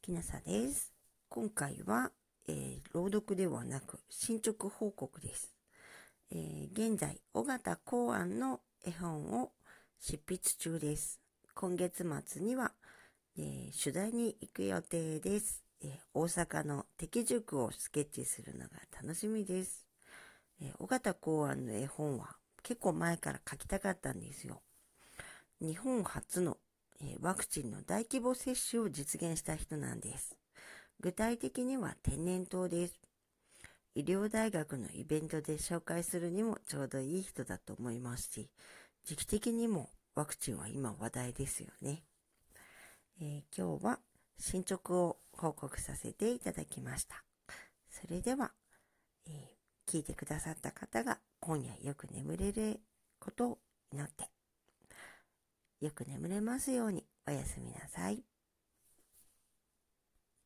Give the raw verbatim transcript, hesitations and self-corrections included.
きなさです。今回は、えー朗読ではなく進捗報告です。えー現在、尾形考案の絵本を執筆中です。今月末には、えー取材に行く予定です。えー大阪の敵塾をスケッチするのが楽しみです。えー尾形考案の絵本は結構前から描きたかったんですよ。日本初の、えーワクチンの大規模接種を実現した人なんです。具体的には天然痘です。医療大学のイベントで紹介するにもちょうどいい人だと思いますし、時期的にもワクチンは今話題ですよね。えー今日は進捗を報告させていただきました。それでは、えー聞いてくださった方が今夜よく眠れることを祈って、よく眠れますようにおやすみなさい。